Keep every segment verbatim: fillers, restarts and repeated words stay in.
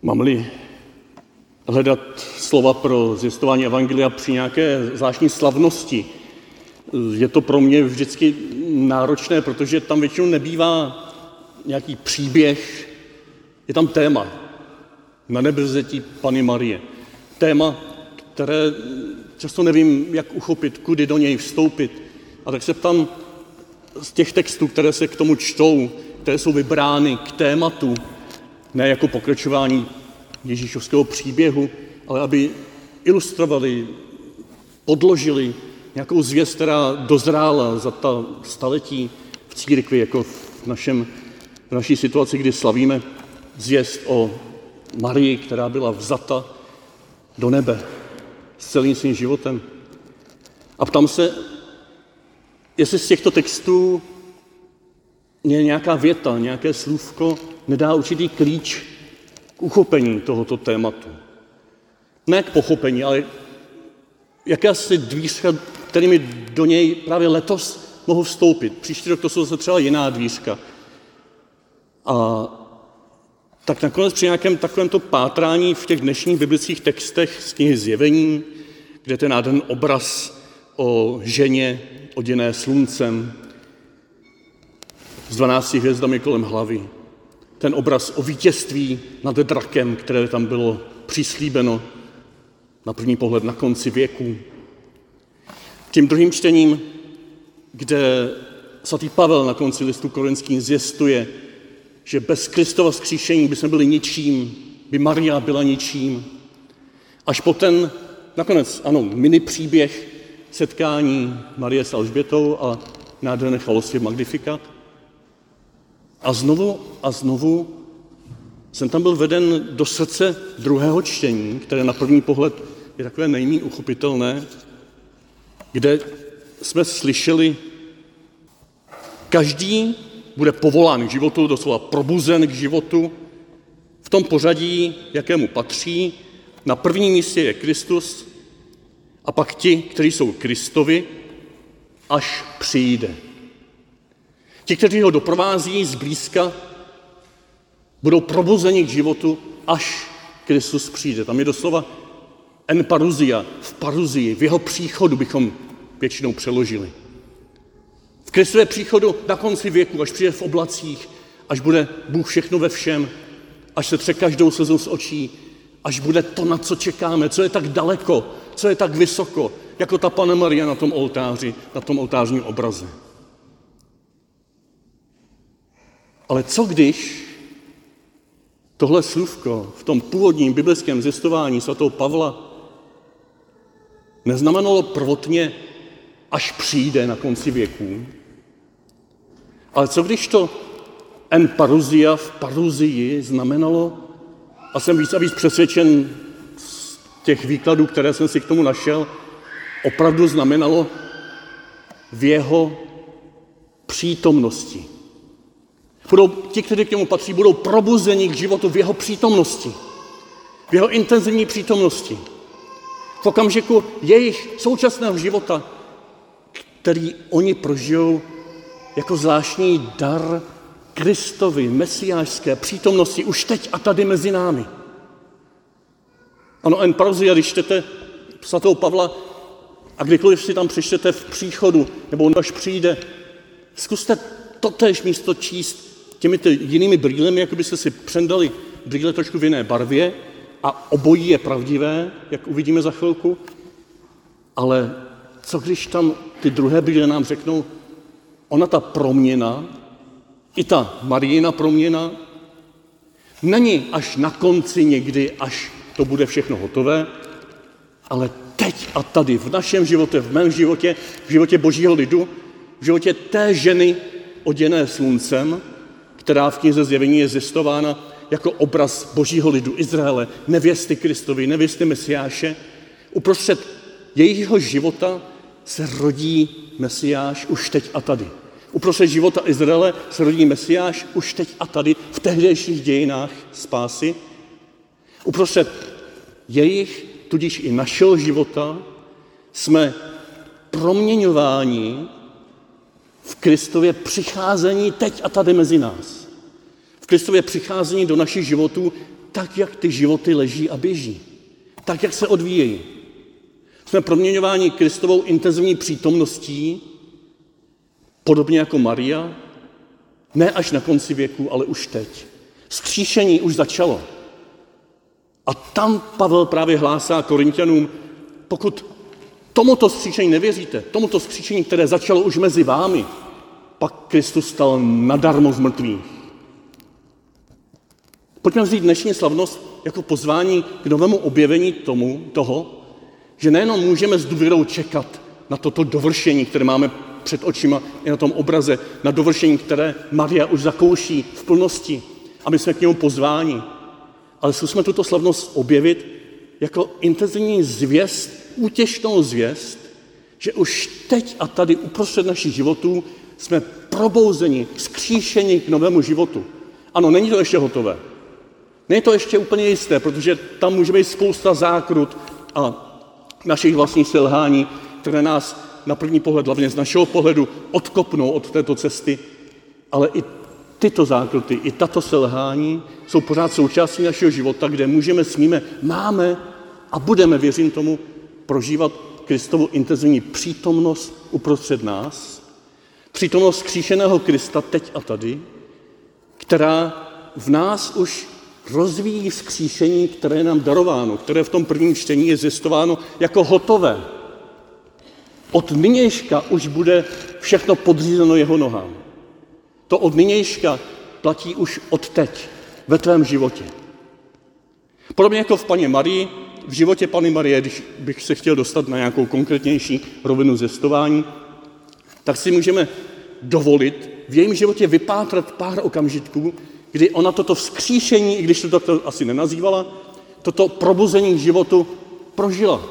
Mám-li hledat slova pro zvěstování evangelia při nějaké zvláštní slavnosti, je to pro mě vždycky náročné, protože tam většinou nebývá nějaký příběh, je tam téma na nebevzetí Panny Marie. Téma, které často nevím, jak uchopit, kudy do něj vstoupit. A tak se ptám z těch textů, které se k tomu čtou, které jsou vybrány k tématu, ne jako pokračování ježíšovského příběhu, ale aby ilustrovali, podložili nějakou zvěst, která dozrála za ta staletí v církvi, jako v, našem, v naší situaci, kdy slavíme zvěst o Marii, která byla vzata do nebe s celým svým životem. A ptám se, jestli z těchto textů mě nějaká věta, nějaké slůvko nedá určitý klíč k uchopení tohoto tématu. Ne k pochopení, ale jakési dvířka, kterými do něj právě letos mohu vstoupit. Příští rok to jsou zase třeba jiná dvířka. A tak nakonec při nějakém takovémto pátrání v těch dnešních biblických textech z knihy Zjevení, kde ten nádherný obraz o ženě oděné sluncem s dvanácti hvězdami kolem hlavy, ten obraz o vítězství nad drakem, které tam bylo přislíbeno na první pohled na konci věku. Tím druhým čtením, kde svatý Pavel na konci listu Korinským zvěstuje, že bez Kristova vzkříšení by jsme byli ničím, by Maria byla ničím. Až po ten, nakonec, ano, mini příběh setkání Marie s Alžbětou a nádherné chvalostě Magnificat. A znovu a znovu jsem tam byl veden do srdce druhého čtení, které na první pohled je takové nejméně uchopitelné, kde jsme slyšeli, každý bude povolán k životu, doslova probuzen k životu, v tom pořadí, jakému patří. Na prvním místě je Kristus a pak ti, kteří jsou Kristovi, až přijde. Ti, kteří ho doprovází zblízka, budou probuzeni k životu, až Kristus přijde. Tam je doslova en parousia, v paruzii, v jeho příchodu bychom většinou přeložili. V Kristově příchodu na konci věku, až přijde v oblacích, až bude Bůh všechno ve všem, až se tře každou slzou z očí, až bude to, na co čekáme, co je tak daleko, co je tak vysoko, jako ta Panna Maria na tom oltáři, na tom oltářním obraze. Ale co když tohle slůvko v tom původním biblickém zvěstování svatého Pavla neznamenalo prvotně, až přijde na konci věků, ale co když to en parousia v paruzii znamenalo, a jsem víc a víc přesvědčen z těch výkladů, které jsem si k tomu našel, opravdu znamenalo v jeho přítomnosti. Budou, ti, kteří k němu patří, budou probuzeni k životu v jeho přítomnosti, v jeho intenzivní přítomnosti. V okamžiku jejich současného života, který oni prožijou jako zvláštní dar Kristovy, mesiášské přítomnosti už teď a tady mezi námi. Ano, en parousia, když čtete svatého Pavla a kdykoliv si tam přečtete v příchodu, nebo on až přijde, zkuste totéž místo číst těmi jinými brýlemi, jako byste si přendali brýle trošku v jiné barvě a obojí je pravdivé, jak uvidíme za chvilku, ale co když tam ty druhé brýle nám řeknou, ona ta proměna, i ta Marijina proměna, není až na konci někdy, až to bude všechno hotové, ale teď a tady, v našem životě, v mém životě, v životě Božího lidu, v životě té ženy oděné sluncem, která v knize Zjevení je zjistována jako obraz Božího lidu Izraele, nevěsty Kristovi, nevěsty Mesiáše. Uprostřed jejího života se rodí Mesiáš už teď a tady. Uprostřed života Izraele se rodí Mesiáš už teď a tady v tehdejších dějinách spásy. Uprostřed jejich, tudíž i našeho života, jsme proměňováni v Kristově přicházení teď a tady mezi nás. V Kristově přicházení do našich životů tak, jak ty životy leží a běží. Tak, jak se odvíjejí. Jsme proměňováni Kristovou intenzivní přítomností, podobně jako Maria, ne až na konci věku, ale už teď. Vzkříšení už začalo. A tam Pavel právě hlásá Korinťanům, pokud tomuto vzkříšení nevěříte, tomuto vzkříšení, které začalo už mezi vámi, pak Kristus stal nadarmo z mrtvých. Pojďme vzít dnešní slavnost jako pozvání k novému objevení tomu, toho, že nejenom můžeme s důvěrou čekat na toto dovršení, které máme před očima i na tom obraze, na dovršení, které Maria už zakouší v plnosti a my jsme k němu pozváni, ale zkusme tuto slavnost objevit jako intenzivní zvěst, útěšnou zvěst, že už teď a tady uprostřed našich životů jsme probouzeni, vzkříšeni k novému životu. Ano, není to ještě hotové. Není to ještě úplně jisté, protože tam může být spousta zákrut a našich vlastních selhání, které nás na první pohled, hlavně z našeho pohledu, odkopnou od této cesty, ale i tyto zákruty, i tato selhání jsou pořád součástí našeho života, kde můžeme, smíme, máme a budeme, věřím tomu, prožívat Kristovu intenzivní přítomnost uprostřed nás, přítomnost vzkříšeného Krista teď a tady, která v nás už rozvíjí vzkříšení, které je nám darováno, které v tom prvním čtení je zjistováno jako hotové. Od nynějška už bude všechno podřízeno jeho nohám. To od nynějška platí už od teď, ve tvém životě. Podobně jako v Panně Marii, v životě Panny Marie, když bych se chtěl dostat na nějakou konkrétnější rovinu zjistování, tak si můžeme dovolit v jejím životě vypátrat pár okamžitků, kdy ona toto vzkříšení, i když to takto asi nenazývala, toto probuzení k životu prožila.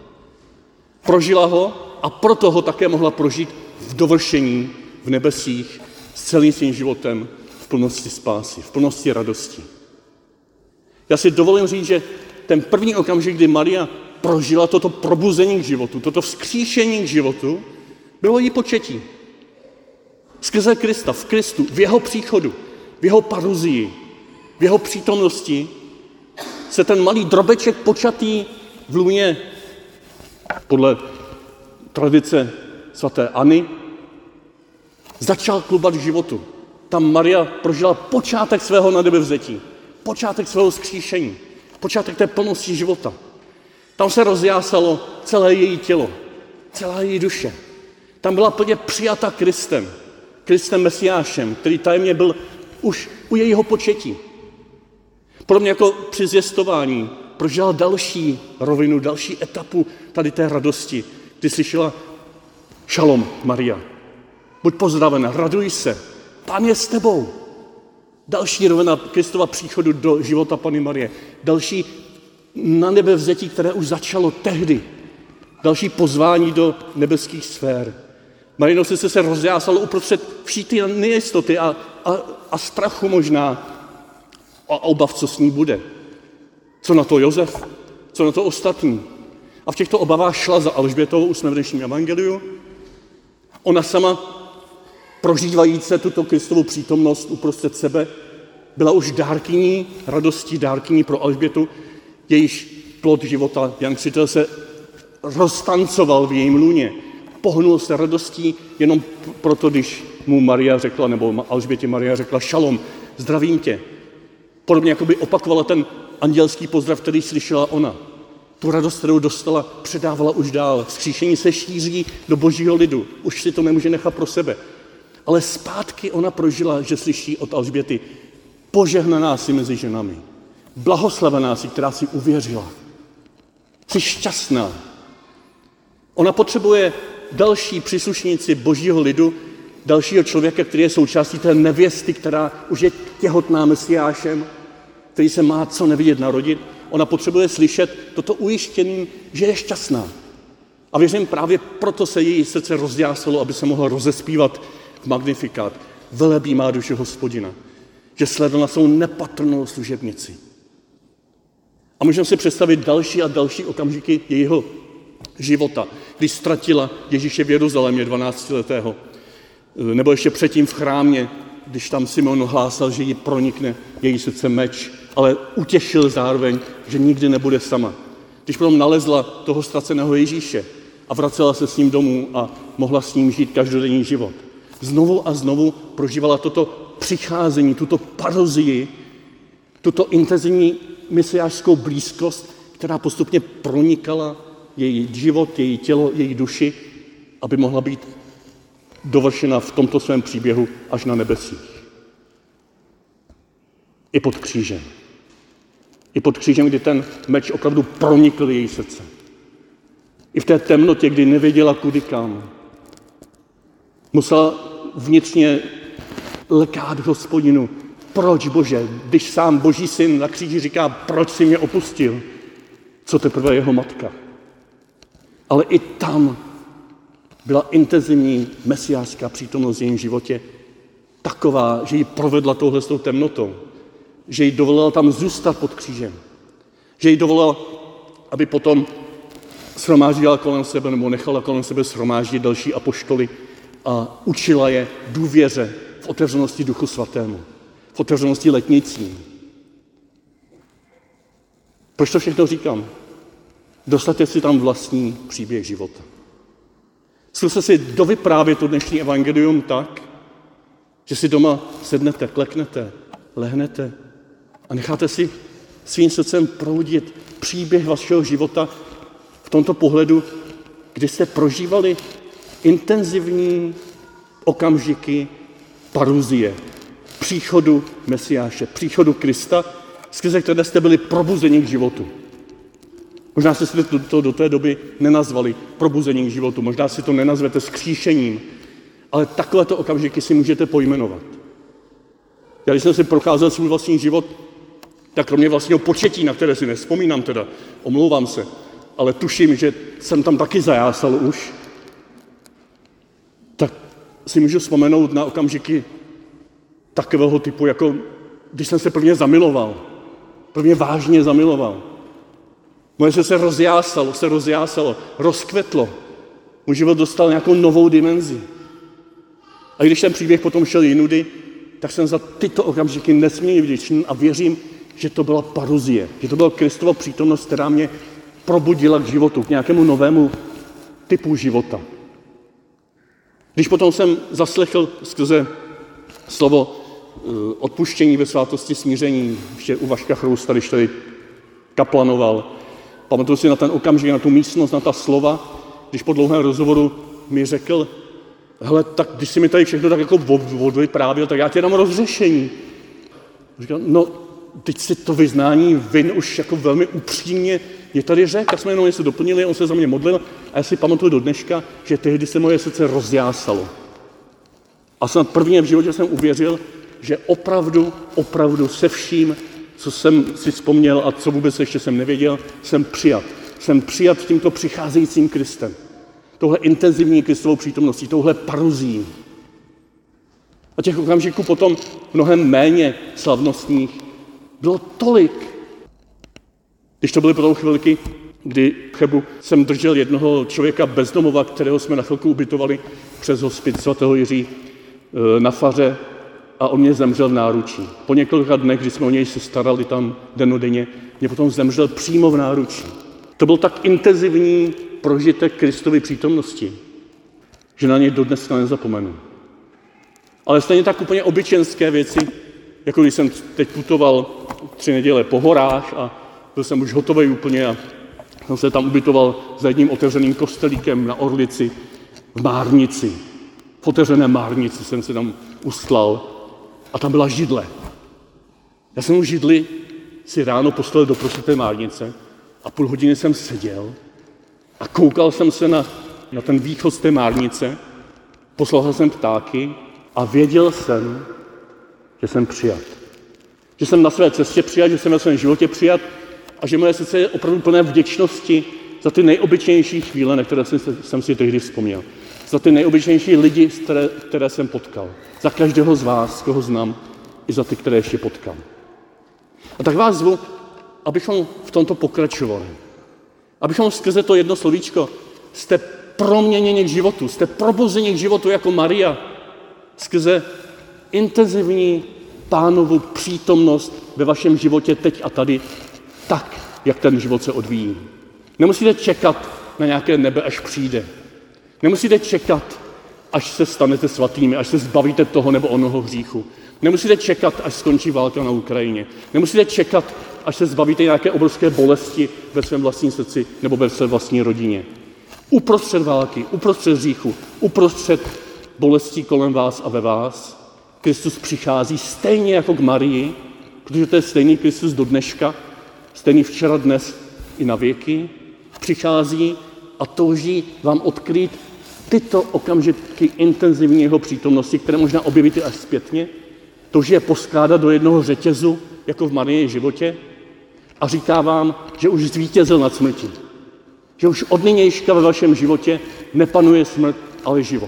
Prožila ho a proto ho také mohla prožít v dovršení v nebesích s celým svým životem v plnosti spásy, v plnosti radosti. Já si dovolím říct, že ten první okamžik, kdy Maria prožila toto probuzení k životu, toto vzkříšení k životu, bylo jí početí. Skrze Krista, v Kristu, v jeho příchodu, v jeho paruzii, v jeho přítomnosti se ten malý drobeček počatý v lůně podle tradice svaté Anny začal klubat k životu. Tam Maria prožila počátek svého nadebevzetí, počátek svého vzkříšení, počátek té plnosti života. Tam se rozjásalo celé její tělo, celá její duše. Tam byla plně přijata Kristem, Kristem Mesiášem, který tajemně byl už u jejího početí. Podobně jako při zjistování prožila další rovinu, další etapu tady té radosti, kdy slyšela Šalom, Maria. Buď pozdravena, raduj se, Pán je s tebou. Další rovina Kristova příchodu do života Panny Marie. Další na nebe vzetí, které už začalo tehdy. Další pozvání do nebeských sfér. Marino se se rozjásalo uprostřed vší ty nejistoty a, a, a strachu možná a obav, co s ní bude. Co na to Josef? Co na to ostatní? A v těchto obavách šla za Alžbětou, už jsme v dnešním evangeliu. Ona sama, prožívající tuto Kristovu přítomnost uprostřed sebe, byla už dárkyní radosti, dárkyní pro Alžbětu, jejíž plod života, Jan Křtitel, se roztancoval v jejím lůně. Pohnul se radostí jenom proto, když mu Maria řekla, nebo Alžbětě Maria řekla šalom, zdravím tě. Podobně jako by opakovala ten andělský pozdrav, který slyšela ona. Tu radost, kterou dostala, předávala už dál. Vzkříšení se šíří do božího lidu. Už si to nemůže nechat pro sebe. Ale zpátky ona prožila, že slyší od Alžběty požehnaná si mezi ženami. Blahoslavená si, která si uvěřila. Jsi šťastná. Ona potřebuje další příslušníci božího lidu, dalšího člověka, který je součástí té nevěsty, která už je těhotná Mesiášem, který se má co nevidět narodit. Ona potřebuje slyšet toto ujištění, že je šťastná. A věřím, právě proto se její srdce rozjásalo, aby se mohla rozespívat v magnifikát. Velebí má duše Hospodina, že sledl na svou nepatrnou služebnici. A můžeme si představit další a další okamžiky jejího života, když ztratila Ježíše v Jeruzalémě dvanáctiletého, nebo ještě předtím v chrámě, když tam Simon hlásal, že jí pronikne její srdce meč ale utěšil zároveň, že nikdy nebude sama. Když potom nalezla toho ztraceného Ježíše a vracela se s ním domů a mohla s ním žít každodenní život. Znovu a znovu prožívala toto přicházení, tuto parozii, tuto intenzivní mesiášskou blízkost, která postupně pronikala její život, její tělo, její duši, aby mohla být dovršena v tomto svém příběhu až na nebesích. I pod křížem. I pod křížem, kdy ten meč opravdu pronikl její srdce. I v té temnotě, kdy nevěděla kudy kam. Musela vnitřně lekát Hospodinu. Proč, Bože, když sám Boží syn na kříži říká, proč jsi mě opustil? Co teprve jeho matka? Ale i tam byla intenzivní mesiářská přítomnost v jejím životě taková, že ji provedla touhle s tou temnotou. Že jí dovolila tam zůstat pod křížem. Že jí dovolila, aby potom shromáždila kolem sebe, nebo nechala kolem sebe shromáždit další apoštoly a učila je důvěře v otevřenosti Duchu Svatému, v otevřenosti letnicí. Proč to všechno říkám? Dostaňte si tam vlastní příběh života. Zkuste si dovyprávět to dnešní evangelium tak, že si doma sednete, kleknete, lehnete a necháte si svým srdcem proudit příběh vašeho života v tomto pohledu, kdy jste prožívali intenzivní okamžiky paruzie, příchodu Mesiáše, příchodu Krista, skrze které jste byli probuzeni k životu. Možná jste si to, to do té doby nenazvali probuzení k životu, možná si to nenazvete vzkříšením, ale takovéto okamžiky si můžete pojmenovat. Já když jsem si procházel svůj vlastní život, tak kromě vlastního početí, na které si nevzpomínám teda, omlouvám se, ale tuším, že jsem tam taky zajásal už, tak si můžu vzpomenout na okamžiky takového typu, jako když jsem se prvně zamiloval, prvně vážně zamiloval. Moje se rozjásalo, se rozjásalo, rozkvetlo. Můj život dostal nějakou novou dimenzi. A když ten příběh potom šel jinudy, tak jsem za tyto okamžiky nesmírně vděčný a věřím, že to byla paruzie, že to byla Kristova přítomnost, která mě probudila k životu, k nějakému novému typu života. Když potom jsem zaslechl skrze slovo odpuštění ve svátosti smíření, ještě u Vaška Chrousta, když tady kaplanoval, pamatuju si na ten okamžik, na tu místnost, na ta slova, když po dlouhém rozhovoru mi řekl, hele, tak když si mi tady všechno tak jako odvyprávěl, tak já ti dám rozřešení. Říkal, no, teď si to vyznání vin už jako velmi upřímně je tady řekl, a jsme jenom něco doplnili, on se za mě modlil a já si pamatuju do dneška, že tehdy se moje srdce rozjásalo. A snad prvně v životě jsem uvěřil, že opravdu, opravdu se vším, co jsem si vzpomněl a co vůbec ještě jsem nevěděl, jsem přijat. Jsem přijat tímto přicházejícím Kristem. Touhle intenzivní Kristovou přítomností, touhle paruzí. A těch okamžiků potom mnohem méně slavnostních bylo tolik. Když to byly potom chvilky, kdy v Chebu jsem držel jednoho člověka bezdomova, kterého jsme na chvilku ubytovali přes hospic svatého Jiří na faře a on mě zemřel v náručí. Po několika dnech, kdy jsme o něj se starali tam dennodenně, mě potom zemřel přímo v náručí. To byl tak intenzivní prožitek Kristovy přítomnosti, že na něj dodneska nezapomenu. Ale stejně tak úplně obyčenské věci, jako když jsem teď putoval tři neděle po horách a byl jsem už hotový úplně a jsem se tam ubytoval za jedním otevřeným kostelíkem na Orlici v Márnici. V otevřené Márnici jsem se tam ustlal a tam byla židle. Já jsem u židli si ráno postavil do té Márnice a půl hodiny jsem seděl a koukal jsem se na, na ten východ z té Márnice, poslouchal jsem ptáky a věděl jsem, že jsem přijat. Že jsem na své cestě přijat, že jsem na svém životě přijat a že moje srdce je opravdu plné vděčnosti za ty nejobyčejnější chvíle, na které jsem, jsem si tehdy vzpomněl. Za ty nejobyčejnější lidi, které, které jsem potkal. Za každého z vás, koho znám, i za ty, které ještě potkám. A tak vás zvu, abychom v tomto pokračovali. Abychom skrze to jedno slovíčko, jste proměněni k životu, jste probuzeni k životu jako Maria, skrze intenzivní Pánovu přítomnost ve vašem životě teď a tady, tak, jak ten život se odvíjí. Nemusíte čekat na nějaké nebe, až přijde. Nemusíte čekat, až se stanete svatými, až se zbavíte toho nebo onoho hříchu. Nemusíte čekat, až skončí válka na Ukrajině. Nemusíte čekat, až se zbavíte nějaké obrovské bolesti ve svém vlastním srdci nebo ve své vlastní rodině. Uprostřed války, uprostřed hříchu, uprostřed bolestí kolem vás a ve vás, Kristus přichází stejně jako k Marii, protože to je stejný Kristus do dneška, stejný včera, dnes i na věky, přichází a touží vám odkrýt tyto okamžiky intenzivní jeho přítomnosti, které možná objevíte až zpětně, touží je poskládat do jednoho řetězu, jako v Marii životě, a říká vám, že už zvítězil nad smrtí. Že už od nynějška ve vašem životě nepanuje smrt, ale život.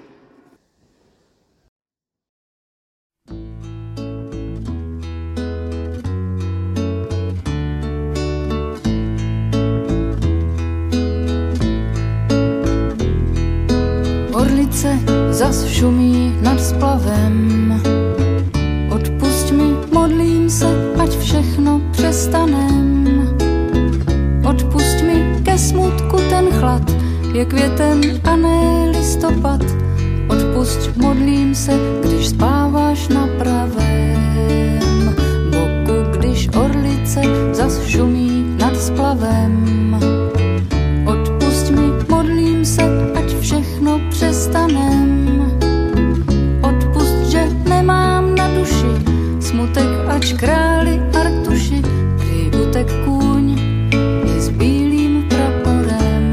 Orlice zas šumí nad splavem. Odpusť mi, modlím se, ať všechno přestanem. Odpusť mi ke smutku ten chlad, je květen a ne listopad. Odpusť, modlím se, když spáváš na pravém boku, když orlice zas šumí nad splavem. Odpusť mi, modlím se, ať všechno přestanem. Odpusť, že nemám na duši smutek, ač králi Artuši, prý utek kůň i s bílým praporem.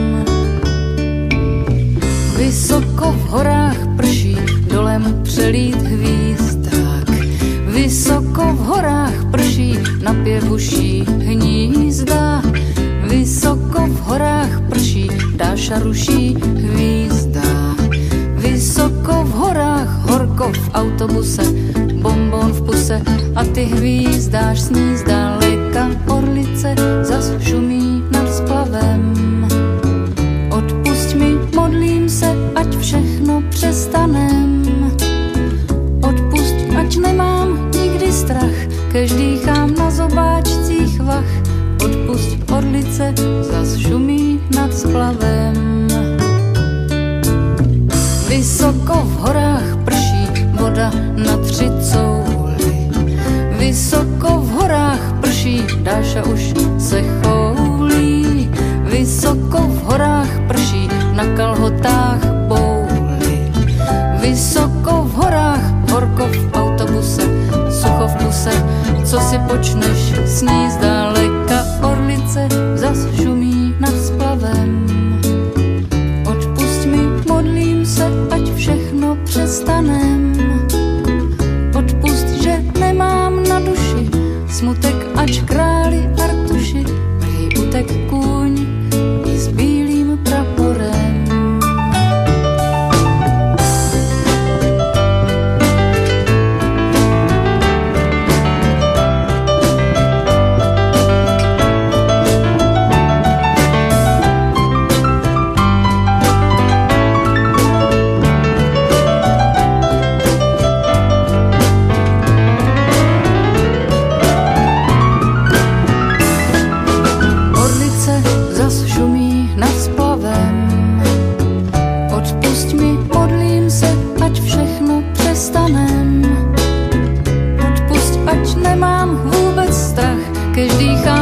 Vysoko v horách prší, dolem přelít hvízdák. Vysoko v horách prší, napěvuší hnízda. Vysoko v horách prší, dáša ruší hvízda. Vysoko v horách horko v autobuse, bonbon v puse a ty hvízdáš sní zdaleka. Orlice zas šumí nad splavem. Odpusť mi, modlím se, ať všechno přestanem. Odpusť, ať nemám nikdy strach, kež dýchám na zobáčcích vach. Odpusť, orlice zas šumí nad splavem. Vysoko v horách prší, voda na tři couly. Vysoko v horách prší, dáša už se choulí. Vysoko v horách prší, na kalhotách bouly. Vysoko v horách, horko v autobuse, sucho v puse, co si počneš s ní zdaleka. Orlice zas šumí nad splavem. Odpusť mi, modlím se, ať všechno přestanem. Odpusť, že nemám na duši smutek, ač králi Artuši, prý utek kůň i s bílým praporem. Odpusť, ať nemám vůbec strach, kež dýchám